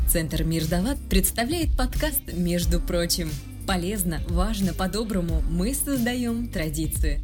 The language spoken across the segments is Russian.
Центр Мирдалат представляет подкаст «Между прочим». Полезно, важно, по-доброму мы создаем традиции.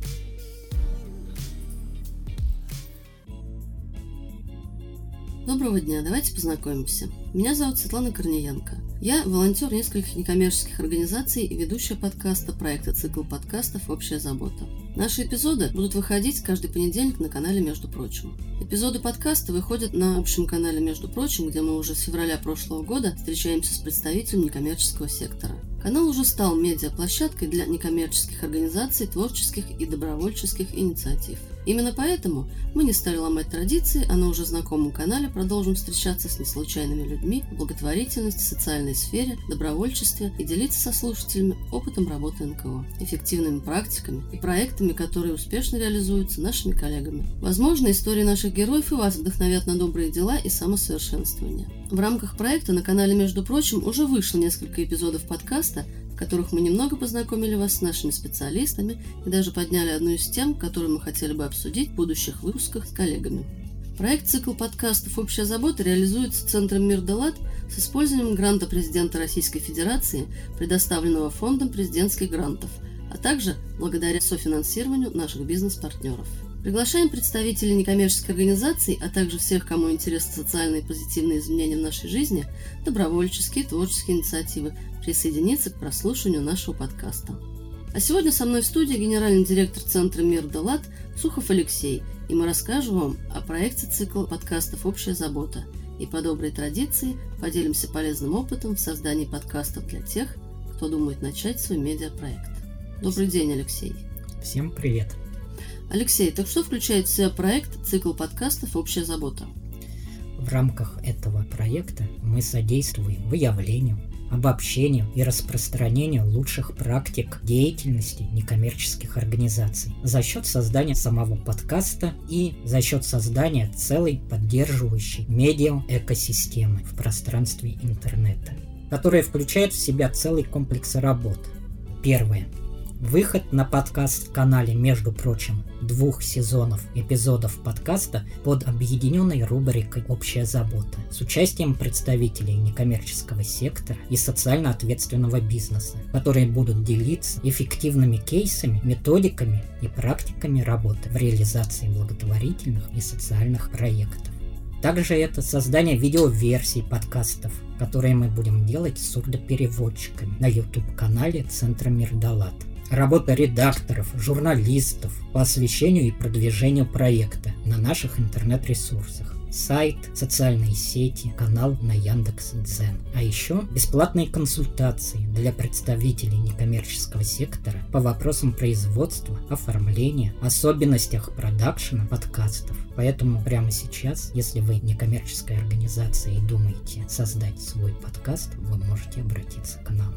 Доброго дня, давайте познакомимся. Меня зовут Светлана Корниенко. Я волонтер нескольких некоммерческих организаций и ведущая подкаста проекта «Цикл подкастов. Общая забота». Наши эпизоды будут выходить каждый понедельник на канале «Между прочим». Эпизоды подкаста выходят на общем канале «Между прочим», где мы уже с февраля прошлого года встречаемся с представителем некоммерческого сектора. Канал уже стал медиаплощадкой для некоммерческих организаций, творческих и добровольческих инициатив. Именно поэтому мы не стали ломать традиции, а на уже знакомом канале продолжим встречаться с неслучайными людьми в благотворительности, социальной сфере, добровольчестве и делиться со слушателями опытом работы НКО, эффективными практиками и проектами, которые успешно реализуются нашими коллегами. Возможно, истории наших героев и вас вдохновят на добрые дела и самосовершенствование. В рамках проекта на канале «Между прочим» уже вышло несколько эпизодов подкаста, в которых мы немного познакомили вас с нашими специалистами и даже подняли одну из тем, которую мы хотели бы обсудить в будущих выпусках с коллегами. Проект «Цикл подкастов. Общая забота» реализуется Центром Мирдалат с использованием гранта президента Российской Федерации, предоставленного Фондом президентских грантов, а также благодаря софинансированию наших бизнес-партнеров. Приглашаем представителей некоммерческих организаций, а также всех, кому интересны социальные и позитивные изменения в нашей жизни, добровольческие и творческие инициативы, присоединиться к прослушиванию нашего подкаста. А сегодня со мной в студии генеральный директор Центра Мирдалат Сухов Алексей, и мы расскажем вам о проекте цикла подкастов «Общая забота» и по доброй традиции поделимся полезным опытом в создании подкастов для тех, кто думает начать свой медиапроект. Добрый день, Алексей. Всем привет. Алексей, так что включает в себя проект «Цикл подкастов. Общая забота»? В рамках этого проекта мы содействуем выявлению, обобщению и распространению лучших практик деятельности некоммерческих организаций за счет создания самого подкаста и за счет создания целой поддерживающей медиа-экосистемы в пространстве интернета, которая включает в себя целый комплекс работ. Первое. Выход на подкаст-канале, между прочим, 2 сезонов эпизодов подкаста под объединенной рубрикой «Общая забота» с участием представителей некоммерческого сектора и социально ответственного бизнеса, которые будут делиться эффективными кейсами, методиками и практиками работы в реализации благотворительных и социальных проектов. Также это создание видеоверсий подкастов, которые мы будем делать с сурдопереводчиками на YouTube-канале Центра Мирдалат. Работа редакторов, журналистов по освещению и продвижению проекта на наших интернет-ресурсах. Сайт, социальные сети, канал на Яндекс.Дзен. А еще бесплатные консультации для представителей некоммерческого сектора по вопросам производства, оформления, особенностях продакшена подкастов. Поэтому прямо сейчас, если вы некоммерческая организация и думаете создать свой подкаст, вы можете обратиться к нам.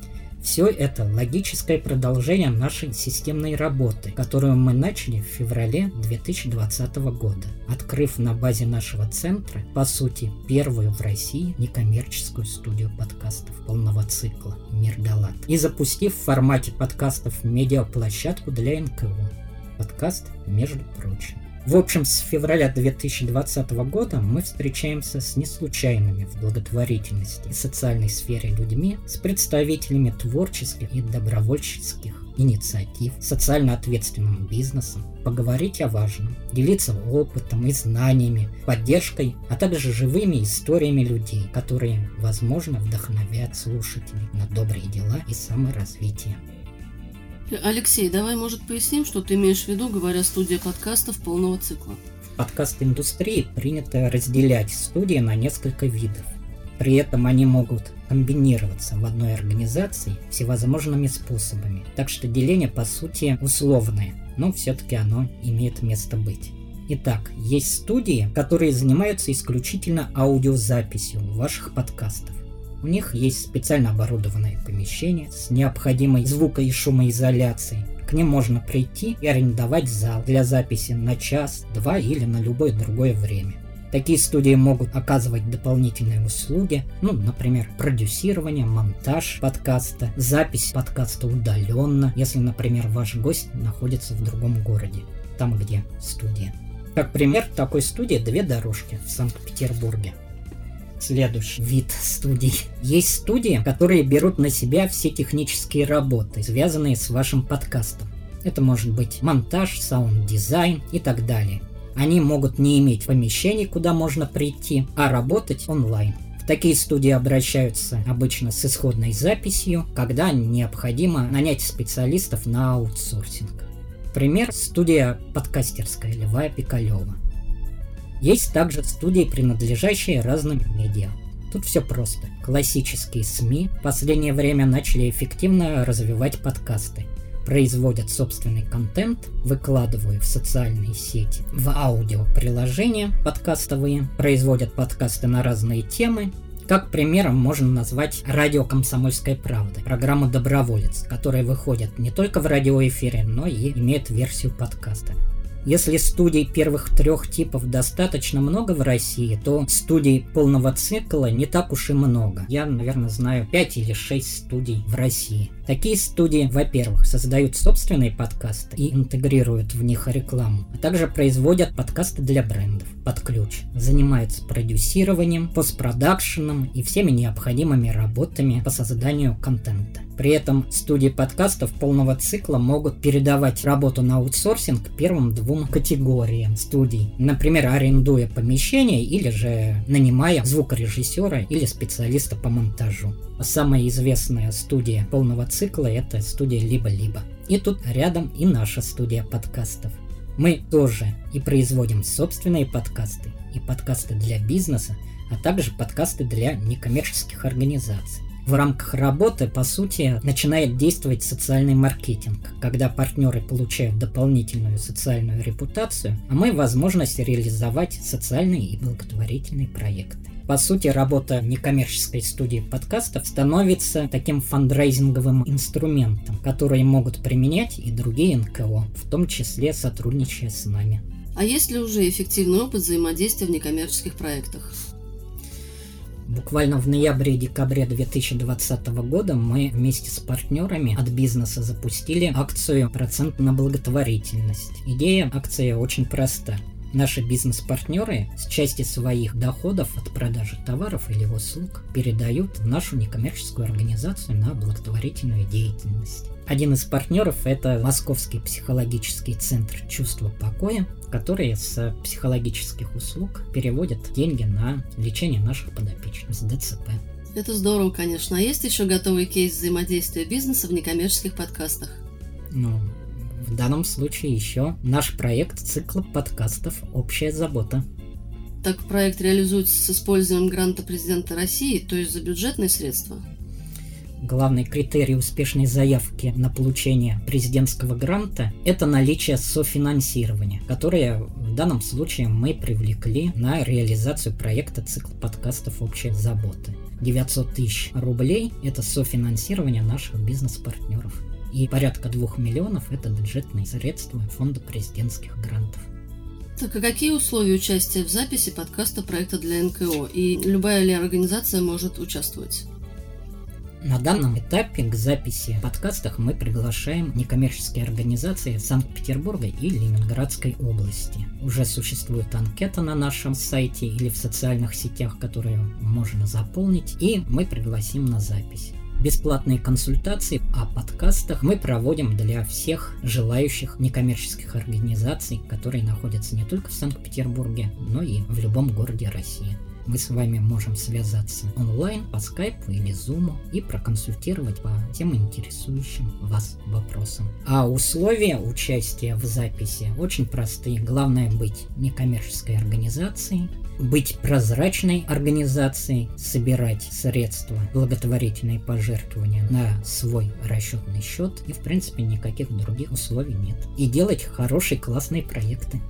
Все это логическое продолжение нашей системной работы, которую мы начали в феврале 2020 года, открыв на базе нашего центра, по сути, первую в России некоммерческую студию подкастов полного цикла Мирдалат и запустив в формате подкастов медиаплощадку для НКО. Подкаст «Между прочим». В общем, с февраля 2020 года мы встречаемся с неслучайными в благотворительности и социальной сфере людьми, с представителями творческих и добровольческих инициатив, социально ответственным бизнесом, поговорить о важном, делиться опытом и знаниями, поддержкой, а также живыми историями людей, которые, возможно, вдохновят слушателей на добрые дела и саморазвитие. Алексей, давай, может, поясним, что ты имеешь в виду, говоря «студия подкастов полного цикла». В подкаст-индустрии принято разделять студии на несколько видов. При этом они могут комбинироваться в одной организации всевозможными способами. Так что деление, по сути, условное, но все-таки оно имеет место быть. Итак, есть студии, которые занимаются исключительно аудиозаписью ваших подкастов. У них есть специально оборудованное помещение с необходимой звуко- и шумоизоляцией. К ним можно прийти и арендовать зал для записи на час, 2 или на любое другое время. Такие студии могут оказывать дополнительные услуги, например, продюсирование, монтаж подкаста, запись подкаста удаленно, если, например, ваш гость находится в другом городе, там, где студия. Как пример такой студии 2 дорожки в Санкт-Петербурге. Следующий вид студий. Есть студии, которые берут на себя все технические работы, связанные с вашим подкастом. Это может быть монтаж, саунд-дизайн и так далее. Они могут не иметь помещений, куда можно прийти, а работать онлайн. В такие студии обращаются обычно с исходной записью, когда необходимо нанять специалистов на аутсорсинг. Пример – студия подкастерская Льва Пикалева. Есть также студии, принадлежащие разным медиа. Тут все просто. Классические СМИ в последнее время начали эффективно развивать подкасты. Производят собственный контент, выкладывают в социальные сети, в аудиоприложения подкастовые, производят подкасты на разные темы. Как примером можно назвать радио «Комсомольская правда», программу «Доброволец», которая выходит не только в радиоэфире, но и имеет версию подкаста. Если студий первых 3 типов достаточно много в России, то студий полного цикла не так уж и много. Я, наверное, знаю 5 или 6 студий в России. Такие студии, во-первых, создают собственные подкасты и интегрируют в них рекламу, а также производят подкасты для брендов под ключ, занимаются продюсированием, постпродакшеном и всеми необходимыми работами по созданию контента. При этом студии подкастов полного цикла могут передавать работу на аутсорсинг первым 2 категориям студий, например, арендуя помещение или же нанимая звукорежиссера или специалиста по монтажу. Самая известная студия полного цикла – это студия «Либо-либо». И тут рядом и наша студия подкастов. Мы тоже и производим собственные подкасты, и подкасты для бизнеса, а также подкасты для некоммерческих организаций. В рамках работы, по сути, начинает действовать социальный маркетинг, когда партнеры получают дополнительную социальную репутацию, а мы возможность реализовать социальные и благотворительные проекты. По сути, работа некоммерческой студии подкастов становится таким фандрейзинговым инструментом, который могут применять и другие НКО, в том числе сотрудничая с нами. А есть ли уже эффективный опыт взаимодействия в некоммерческих проектах? Буквально в ноябре и декабре 2020 года мы вместе с партнерами от бизнеса запустили акцию «Процент на благотворительность». Идея акции очень проста. Наши бизнес-партнеры с части своих доходов от продажи товаров или услуг передают в нашу некоммерческую организацию на благотворительную деятельность. Один из партнеров – это Московский психологический центр чувства покоя, которые с психологических услуг переводят деньги на лечение наших подопечных с ДЦП. Это здорово, конечно. А есть еще готовый кейс взаимодействия бизнеса в некоммерческих подкастах? В данном случае еще наш проект цикла подкастов «Общая забота». Так проект реализуется с использованием гранта президента России, то есть за бюджетные средства? Главный критерий успешной заявки на получение президентского гранта – это наличие софинансирования, которое в данном случае мы привлекли на реализацию проекта цикла подкастов «Общая забота». 900 тысяч рублей – это софинансирование наших бизнес-партнеров. И порядка 2 миллионов – это бюджетные средства фонда президентских грантов. Так, а какие условия участия в записи подкаста проекта для НКО? И любая ли организация может участвовать? На данном этапе к записи в подкастах мы приглашаем некоммерческие организации Санкт-Петербурга и Ленинградской области. Уже существует анкета на нашем сайте или в социальных сетях, которые можно заполнить, и мы пригласим на запись. Бесплатные консультации о подкастах мы проводим для всех желающих некоммерческих организаций, которые находятся не только в Санкт-Петербурге, но и в любом городе России. Мы с вами можем связаться онлайн по скайпу или зуму и проконсультировать по тем интересующим вас вопросам. А условия участия в записи очень простые. Главное быть некоммерческой организацией, быть прозрачной организацией, собирать средства, благотворительные пожертвования на свой расчетный счет, и в принципе никаких других условий нет. И делать хорошие классные проекты.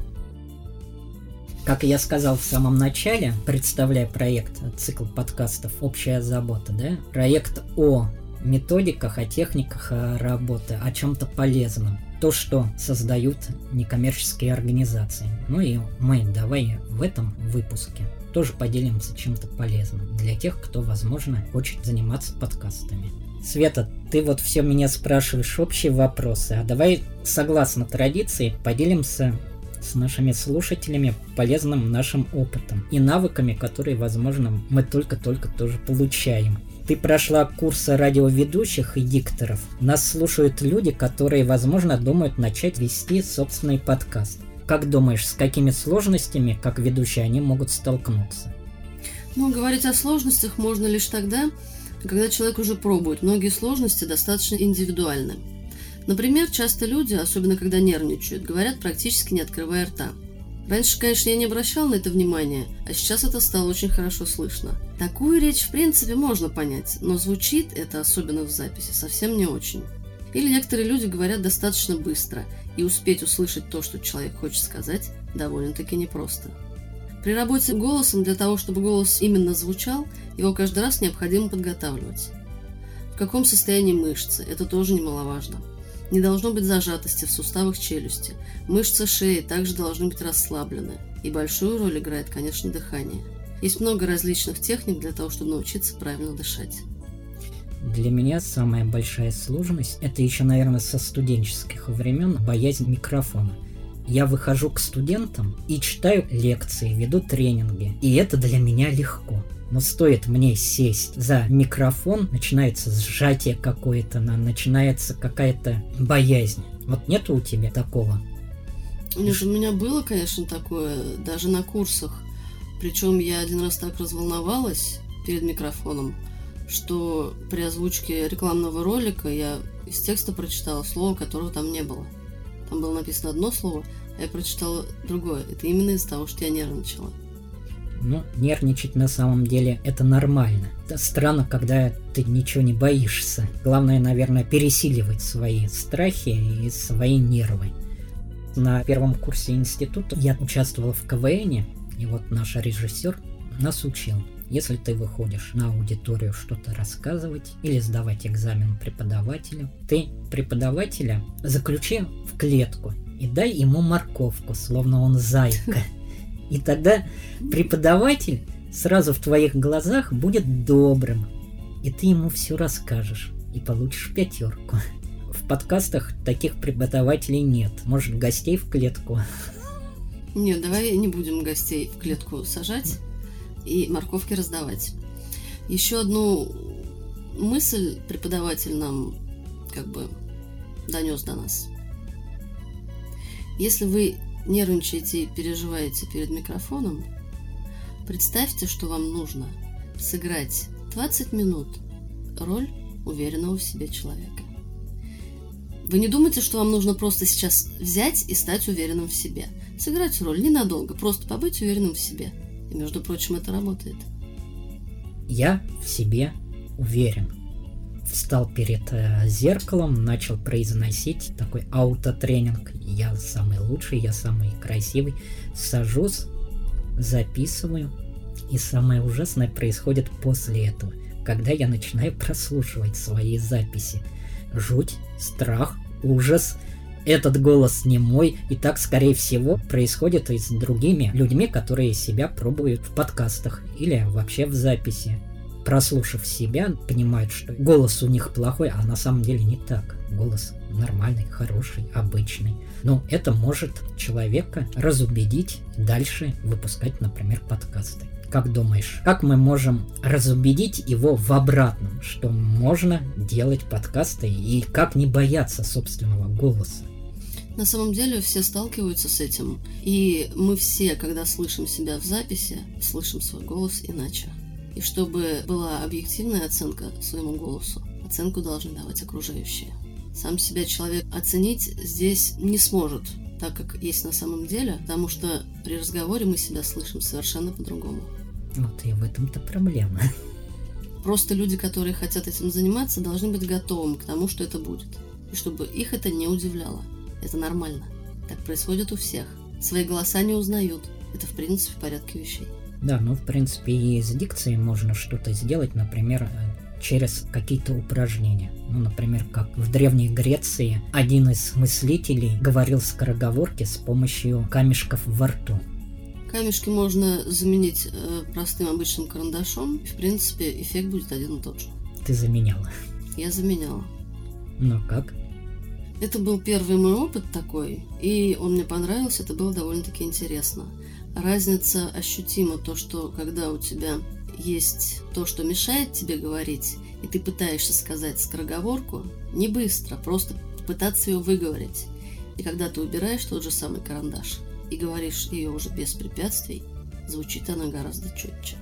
Как я сказал в самом начале, представляя проект цикл подкастов «Общая забота», проект о методиках, о техниках работы, о чем-то полезном. То, что создают некоммерческие организации. И мы давай в этом выпуске тоже поделимся чем-то полезным для тех, кто, возможно, хочет заниматься подкастами. Света, ты вот все меня спрашиваешь общие вопросы, а давай, согласно традиции, поделимся с нашими слушателями полезным нашим опытом и навыками, которые, возможно, мы только-только тоже получаем. Ты прошла курсы радиоведущих и дикторов. Нас слушают люди, которые, возможно, думают начать вести собственный подкаст. Как думаешь, с какими сложностями, как ведущие, они могут столкнуться? Говорить о сложностях можно лишь тогда, когда человек уже пробует. Многие сложности достаточно индивидуальны. Например, часто люди, особенно когда нервничают, говорят практически не открывая рта. Раньше, конечно, я не обращал на это внимания, а сейчас это стало очень хорошо слышно. Такую речь, в принципе, можно понять, но звучит это, особенно в записи, совсем не очень. Или некоторые люди говорят достаточно быстро, и успеть услышать то, что человек хочет сказать, довольно-таки непросто. При работе голосом, для того, чтобы голос именно звучал, его каждый раз необходимо подготавливать. В каком состоянии мышцы, это тоже немаловажно. Не должно быть зажатости в суставах челюсти. Мышцы шеи также должны быть расслаблены. И большую роль играет, конечно, дыхание. Есть много различных техник для того, чтобы научиться правильно дышать. Для меня самая большая сложность, это еще, наверное, со студенческих времен, боязнь микрофона. Я выхожу к студентам и читаю лекции, веду тренинги. И это для меня легко. Но стоит мне сесть за микрофон, начинается сжатие какое-то, начинается какая-то боязнь. Вот нету у тебя такого? Нет, у меня было, конечно, такое, даже на курсах. Причем я один раз так разволновалась перед микрофоном, что при озвучке рекламного ролика я из текста прочитала слово, которого там не было. Там было написано одно слово, а я прочитала другое. Это именно из-за того, что я нервничала. Нервничать на самом деле это нормально. Это странно, когда ты ничего не боишься. Главное, наверное, пересиливать свои страхи и свои нервы. На первом курсе института я участвовал в КВН, и вот наш режиссер нас учил. Если ты выходишь на аудиторию что-то рассказывать или сдавать экзамен преподавателю, ты преподавателя заключи в клетку и дай ему морковку, словно он зайка. И тогда преподаватель сразу в твоих глазах будет добрым, и ты ему все расскажешь, и получишь 5. В подкастах таких преподавателей нет. Может, гостей в клетку? Нет, давай не будем гостей в клетку сажать и морковки раздавать. Еще одну мысль преподаватель нам донес до нас. Если вы нервничаете и переживаете перед микрофоном, представьте, что вам нужно сыграть 20 минут роль уверенного в себе человека. Вы не думайте, что вам нужно просто сейчас взять и стать уверенным в себе. Сыграть роль ненадолго, просто побыть уверенным в себе. И, между прочим, это работает. Я в себе уверен. Встал перед зеркалом, начал произносить такой аутотренинг. Я самый лучший, я самый красивый. Сажусь, записываю. И самое ужасное происходит после этого, когда я начинаю прослушивать свои записи. Жуть, страх, ужас. Этот голос не мой. И так, скорее всего, происходит и с другими людьми, которые себя пробуют в подкастах или вообще в записи. Прослушав себя, понимают, что голос у них плохой, а на самом деле не так. Голос нормальный, хороший, обычный. Но это может человека разубедить дальше выпускать, например, подкасты. Как думаешь, как мы можем разубедить его в обратном, что можно делать подкасты и как не бояться собственного голоса? На самом деле все сталкиваются с этим. И мы все, когда слышим себя в записи, слышим свой голос иначе. И чтобы была объективная оценка своему голосу, оценку должны давать окружающие. Сам себя человек оценить здесь не сможет, так как есть на самом деле, потому что при разговоре мы себя слышим совершенно по-другому. Вот и в этом-то проблема. Просто люди, которые хотят этим заниматься, должны быть готовыми к тому, что это будет. И чтобы их это не удивляло. Это нормально. Так происходит у всех. Свои голоса не узнают. Это, в принципе, в порядке вещей. Да, в принципе, и с дикцией можно что-то сделать, например, через какие-то упражнения. Например, как в Древней Греции один из мыслителей говорил скороговорки с помощью камешков во рту. Камешки можно заменить простым обычным карандашом. В принципе, эффект будет один и тот же. Ты заменяла? Я заменяла. Но как? Это был первый мой опыт такой, и он мне понравился, это было довольно-таки интересно. Разница ощутима, то, что когда у тебя есть то, что мешает тебе говорить, и ты пытаешься сказать скороговорку, не быстро, просто пытаться ее выговорить. И когда ты убираешь тот же самый карандаш и говоришь ее уже без препятствий, звучит она гораздо четче.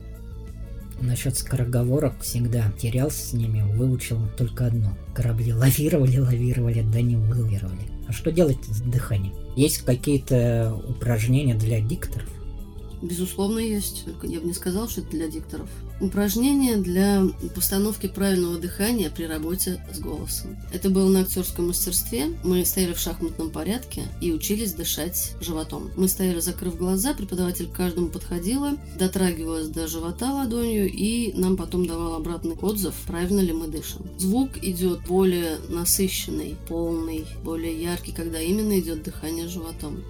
Насчет скороговорок всегда терялся с ними, выучил только одно. Корабли лавировали, да не вылавировали. А что делать с дыханием? Есть какие-то упражнения для дикторов? Безусловно, есть. Только я бы не сказал, что это для дикторов. Упражнения для постановки правильного дыхания при работе с голосом. Это было на актерском мастерстве. Мы стояли в шахматном порядке и учились дышать животом. Мы стояли, закрыв глаза, преподаватель к каждому подходила, дотрагивалась до живота ладонью и нам потом давал обратный отзыв, правильно ли мы дышим. Звук идет более насыщенный, полный, более яркий, когда именно идет дыхание животом.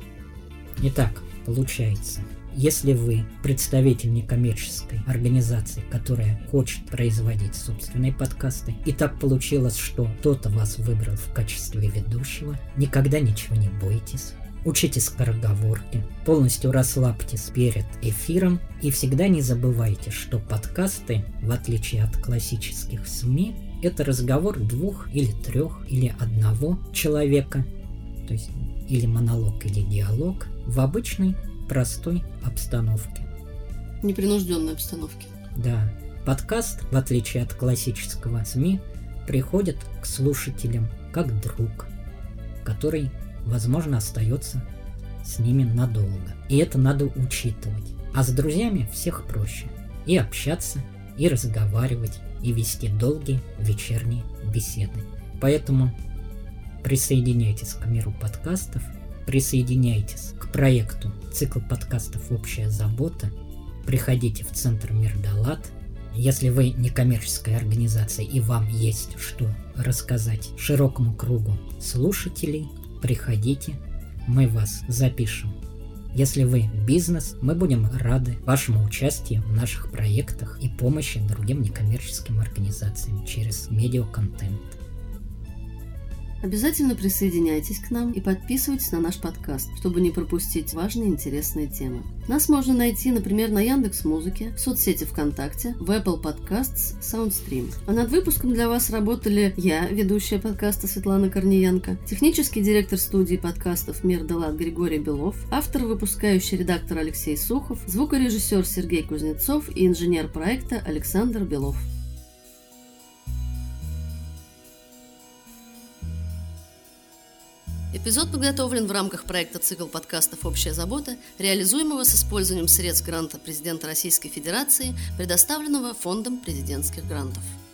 Итак, получается, если вы представитель некоммерческой организации, которая хочет производить собственные подкасты, и так получилось, что кто-то вас выбрал в качестве ведущего, никогда ничего не бойтесь. Учите скороговорки, полностью расслабьтесь перед эфиром и всегда не забывайте, что подкасты, в отличие от классических СМИ, это разговор двух или трех или одного человека, то есть или монолог, или диалог в обычной простой обстановке. Непринужденной обстановке. Да. Подкаст, в отличие от классического СМИ, приходит к слушателям как друг, который, возможно, остается с ними надолго. И это надо учитывать. А с друзьями всех проще. И общаться, и разговаривать, и вести долгие вечерние беседы. Поэтому присоединяйтесь к миру подкастов, присоединяйтесь к проекту цикл подкастов «Общая забота», приходите в Центр Мир Далат. Если вы некоммерческая организация и вам есть что рассказать широкому кругу слушателей, приходите, мы вас запишем. Если вы бизнес, мы будем рады вашему участию в наших проектах и помощи другим некоммерческим организациям через медиаконтент. Обязательно присоединяйтесь к нам и подписывайтесь на наш подкаст, чтобы не пропустить важные и интересные темы. Нас можно найти, например, на Яндекс.Музыке, в соцсети ВКонтакте, в Apple Podcasts, Soundstream. А над выпуском для вас работали я, ведущая подкаста Светлана Корниенко, технический директор студии подкастов «Мир Далат» Григорий Белов, автор, выпускающий редактор Алексей Сухов, звукорежиссер Сергей Кузнецов и инженер проекта Александр Белов. Эпизод подготовлен в рамках проекта «Цикл подкастов «Общая забота», реализуемого с использованием средств гранта президента Российской Федерации, предоставленного Фондом президентских грантов.